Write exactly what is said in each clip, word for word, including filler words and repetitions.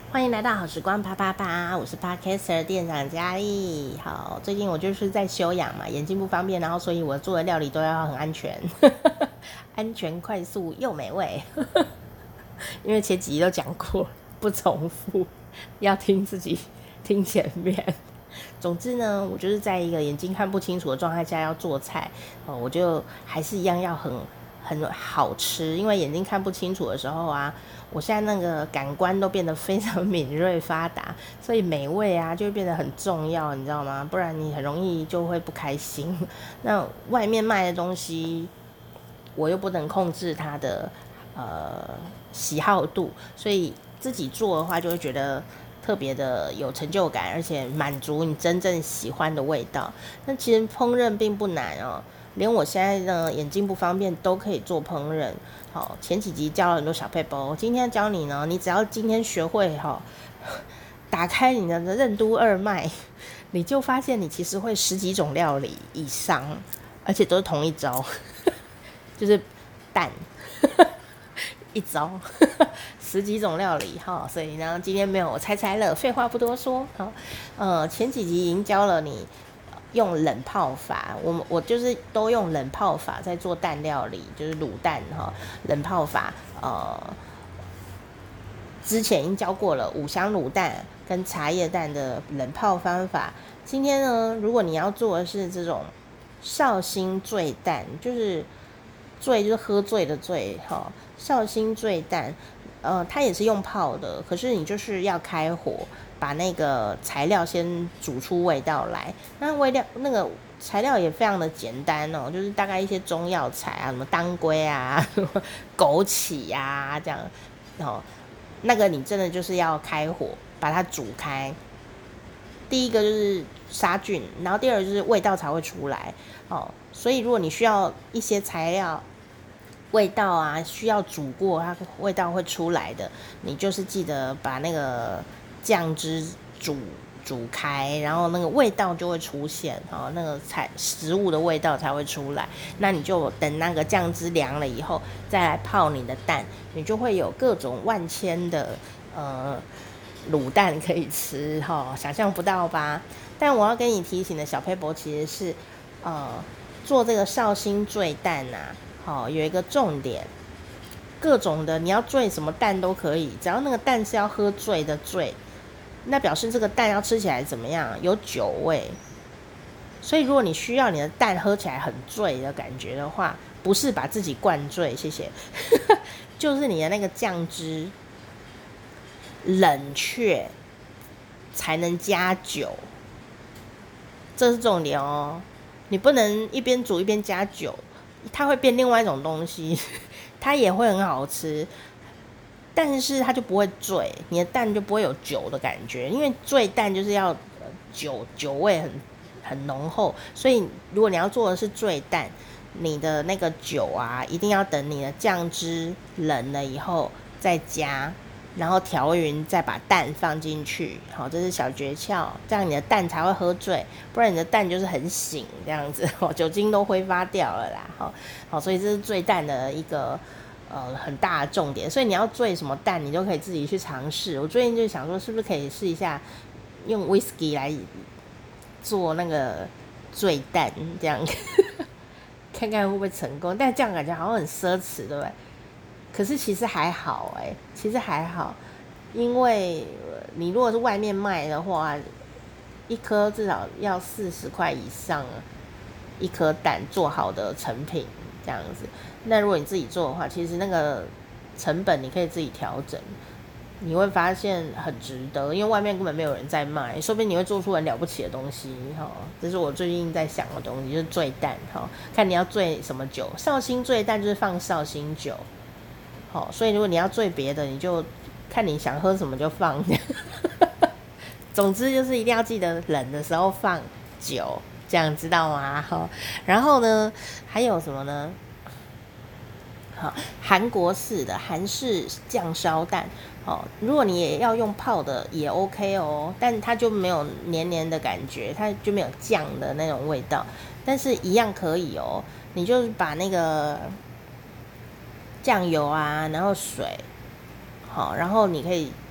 欢迎来到好时光啪啪啪，我是 Podcaster 店长佳丽。好，最近我就是在休养嘛，眼睛不方便，然后所以我做的料理都要很安全，安全、快速又美味。因为前几集都讲过，不重复，要听自己听前面。总之呢，我就是在一个眼睛看不清楚的状态下要做菜，哦，我就还是一样要很很好吃，因为眼睛看不清楚的时候啊，我现在那个感官都变得非常敏锐发达，所以美味啊就会变得很重要，你知道吗？不然你很容易就会不开心。那外面卖的东西，我又不能控制它的呃喜好度，所以自己做的话就会觉得特别的有成就感，而且满足你真正喜欢的味道。那其实烹饪并不难哦，连我现在呢眼睛不方便都可以做烹饪。好，前几集教了很多小撇步，今天教你呢，你只要今天学会哈，打开你的任督二脉，你就发现你其实会十几种料理以上，而且都是同一招，就是蛋。一招十几种料理哈，所以呢，今天没有我猜猜乐，废话不多说，好，呃，前几集已经教了你用冷泡法，我我就是都用冷泡法在做蛋料理，就是卤蛋哈，冷泡法，呃，之前已经教过了五香卤蛋跟茶叶蛋的冷泡方法。今天呢，如果你要做的是这种绍兴醉蛋，就是醉就是喝醉的醉哈，绍兴醉蛋，呃，它也是用泡的，可是你就是要开火，把那个材料先煮出味道来。那味料那个材料也非常的简单哦，就是大概一些中药材啊，什么当归啊、枸杞啊这样，哦，那个你真的就是要开火把它煮开。第一个就是杀菌，然后第二个就是味道才会出来哦。所以如果你需要一些材料，味道啊需要煮过，它味道会出来的，你就是记得把那个酱汁煮煮开，然后那个味道就会出现，哦，那个菜食物的味道才会出来。那你就等那个酱汁凉了以后，再来泡你的蛋，你就会有各种万千的呃卤蛋可以吃哈，哦，想象不到吧？但我要跟你提醒的小撇步其实是，呃，做这个绍兴醉蛋啊，好，哦，有一个重点，各种的你要醉什么蛋都可以，只要那个蛋是要喝醉的醉，那表示这个蛋要吃起来怎么样？有酒味。所以如果你需要你的蛋喝起来很醉的感觉的话，不是把自己灌醉，谢谢，就是你的那个酱汁冷却才能加酒，这是重点哦。你不能一边煮一边加酒，它会变另外一种东西，它也会很好吃，但是它就不会醉，你的蛋就不会有酒的感觉，因为醉蛋就是要酒酒味很很浓厚，所以如果你要做的是醉蛋，你的那个酒啊，一定要等你的酱汁冷了以后再加，然后调匀，再把蛋放进去，好，这是小诀窍，这样你的蛋才会喝醉，不然你的蛋就是很醒这样子，酒精都挥发掉了啦，好，好，所以这是醉蛋的一个呃很大的重点，所以你要醉什么蛋，你都可以自己去尝试。我最近就想说，是不是可以试一下用 whisky 来做那个醉蛋，这样看看会不会成功？但这样感觉好像很奢侈，对不对？可是其实还好哎，其实还好，因为你如果是外面卖的话，一颗至少要四十块以上，一颗蛋做好的成品这样子。那如果你自己做的话，其实那个成本你可以自己调整，你会发现很值得，因为外面根本没有人在卖，说不定你会做出很了不起的东西哈。这是我最近在想的东西，就是醉蛋哈，看你要醉什么酒，绍兴醉蛋就是放绍兴酒。好，所以如果你要醉别的，你就看你想喝什么就放。总之就是一定要记得冷的时候放酒，这样知道吗？好，然后呢，还有什么呢？好，韩国式的韩式酱烧蛋，哦，如果你也要用泡的也 OK 哦，但它就没有黏黏的感觉，它就没有酱的那种味道，但是一样可以哦。你就是把那个酱油啊，然后水，好，然后你可以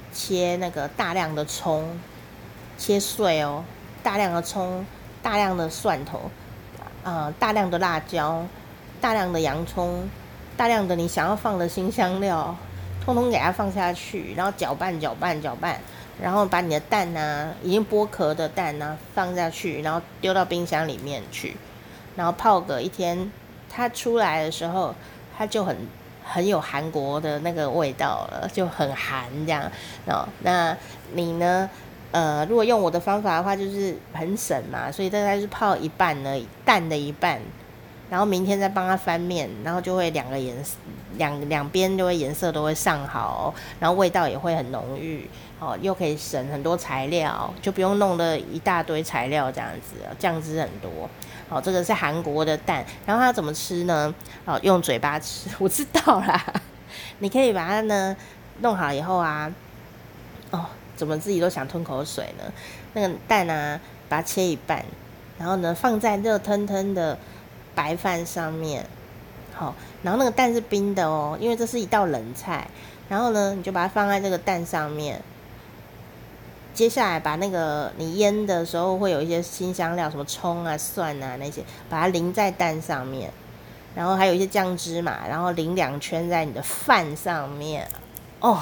切那个大量的葱，切碎哦，大量的葱，大量的蒜头，呃，大量的辣椒，大量的洋葱，大量的你想要放的辛香料，通通给它放下去，然后搅拌搅拌搅拌，然后把你的蛋啊，已经剥壳的蛋啊放下去，然后丢到冰箱里面去，然后泡个一天，它出来的时候，它就很很有韩国的那个味道了，就很韩这样。哦，那你呢？呃，如果用我的方法的话，就是很省嘛，所以大概是泡一半而已，蛋的一半，然后明天再帮它翻面，然后就会两个颜色，两两边就会颜色都会上好，然后味道也会很浓郁，哦，又可以省很多材料，就不用弄了一大堆材料这样子，酱汁很多。哦，这个是韩国的蛋，然后它怎么吃呢？哦，用嘴巴吃，我知道啦。你可以把它呢弄好以后啊，哦，怎么自己都想吞口水呢？那个蛋啊，把它切一半，然后呢放在热腾腾的白饭上面，好，然后那个蛋是冰的哦，因为这是一道冷菜。然后呢，你就把它放在这个蛋上面。接下来把那个你腌的时候会有一些辛香料，什么葱啊、蒜啊那些，把它淋在蛋上面，然后还有一些酱汁嘛，然后淋两圈在你的饭上面，哦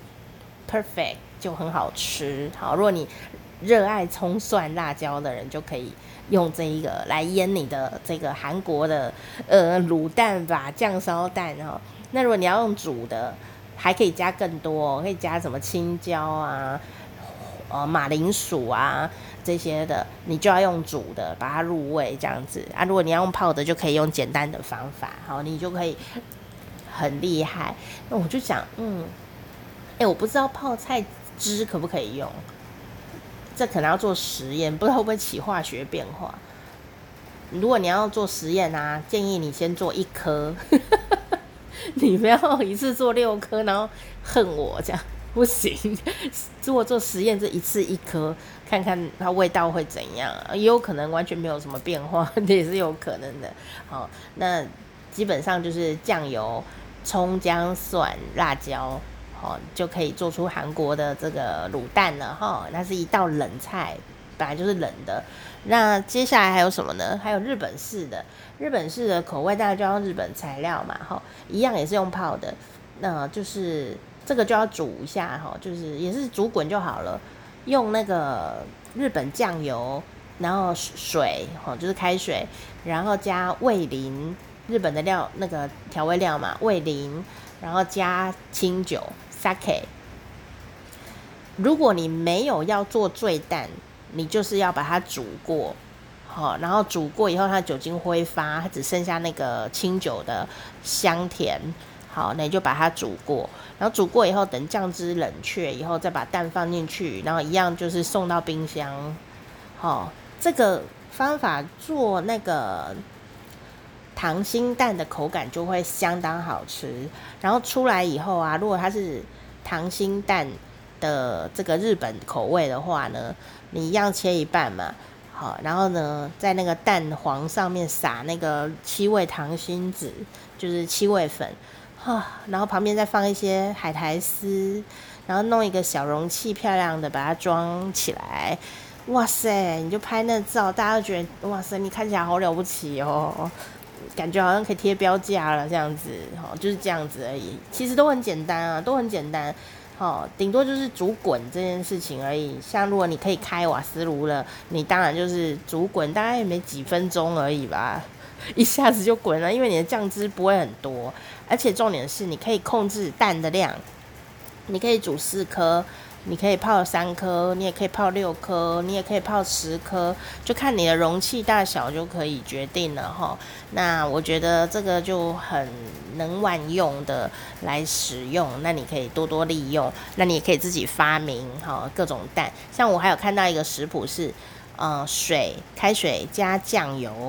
，perfect， 就很好吃。好，如果你热爱葱蒜辣椒的人，就可以用这一个来腌你的这个韩国的呃卤蛋吧，酱烧蛋哦。那如果你要用煮的，还可以加更多，哦，可以加什么青椒啊。呃，马铃薯啊这些的，你就要用煮的，把它入味这样子啊。如果你要用泡的，就可以用简单的方法，好，你就可以很厉害。那我就想，嗯，哎、欸，我不知道泡菜汁可不可以用，这可能要做实验，不知道会不会起化学变化。如果你要做实验啊，建议你先做一颗，你不要一次做六颗，然后恨我这样。不行，如果做实验，这一次一颗，看看它味道会怎样，也有可能完全没有什么变化，这也是有可能的。好，那基本上就是酱油、葱、姜、蒜、辣椒，好，就可以做出韩国的这个卤蛋了哈。那是一道冷菜，本来就是冷的。那接下来还有什么呢？还有日本式的，日本式的口味当然就要用日本材料嘛，哈，一样也是用泡的，那就是。这个就要煮一下哈，就是也是煮滚就好了。用那个日本酱油，然后水哈，就是开水，然后加味淋，日本的料那个调味料嘛，味淋，然后加清酒 sake。如果你没有要做醉蛋，你就是要把它煮过，好，然后煮过以后，它酒精挥发，它只剩下那个清酒的香甜。好，那你就把它煮过，然后煮过以后，等酱汁冷却以后，再把蛋放进去，然后一样就是送到冰箱。好，这个方法做那个溏心蛋的口感就会相当好吃。然后出来以后啊，如果它是溏心蛋的这个日本口味的话呢，你一样切一半嘛。好，然后呢，在那个蛋黄上面撒那个七味溏心子，就是七味粉。然后旁边再放一些海苔丝，然后弄一个小容器，漂亮的把它装起来。哇塞，你就拍那照，大家都觉得哇塞，你看起来好了不起哦，感觉好像可以贴标价了这样子，哦，就是这样子而已。其实都很简单啊，都很简单。哦，顶多就是煮滚这件事情而已。像如果你可以开瓦斯炉了，你当然就是煮滚，大概也没几分钟而已吧。一下子就滚了，因为你的酱汁不会很多，而且重点是你可以控制蛋的量，你可以煮四颗，你可以泡三颗，你也可以泡六颗，你也可以泡十颗，就看你的容器大小就可以决定了哈。那我觉得这个就很能万用的来使用，那你可以多多利用，那你也可以自己发明哈各种蛋。像我还有看到一个食谱是，呃，水开水加酱油。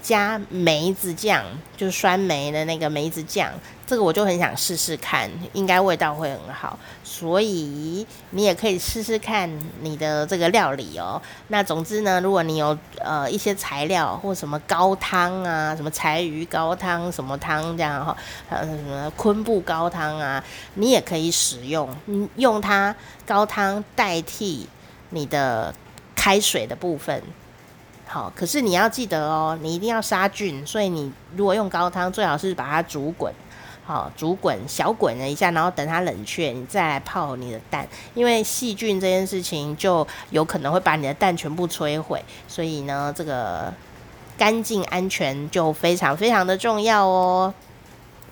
加梅子酱，就是酸梅的那个梅子酱，这个我就很想试试看，应该味道会很好，所以你也可以试试看你的这个料理哦。那总之呢，如果你有呃一些材料或什么高汤啊，什么柴鱼高汤什么汤这样哈，呃什么昆布高汤啊，你也可以使用，用它高汤代替你的开水的部分。好，可是你要记得哦，你一定要杀菌，所以你如果用高汤，最好是把它煮滚，好，煮滚小滚了一下，然后等它冷却，你再来泡你的蛋，因为细菌这件事情就有可能会把你的蛋全部摧毁，所以呢，这个干净安全就非常非常的重要哦。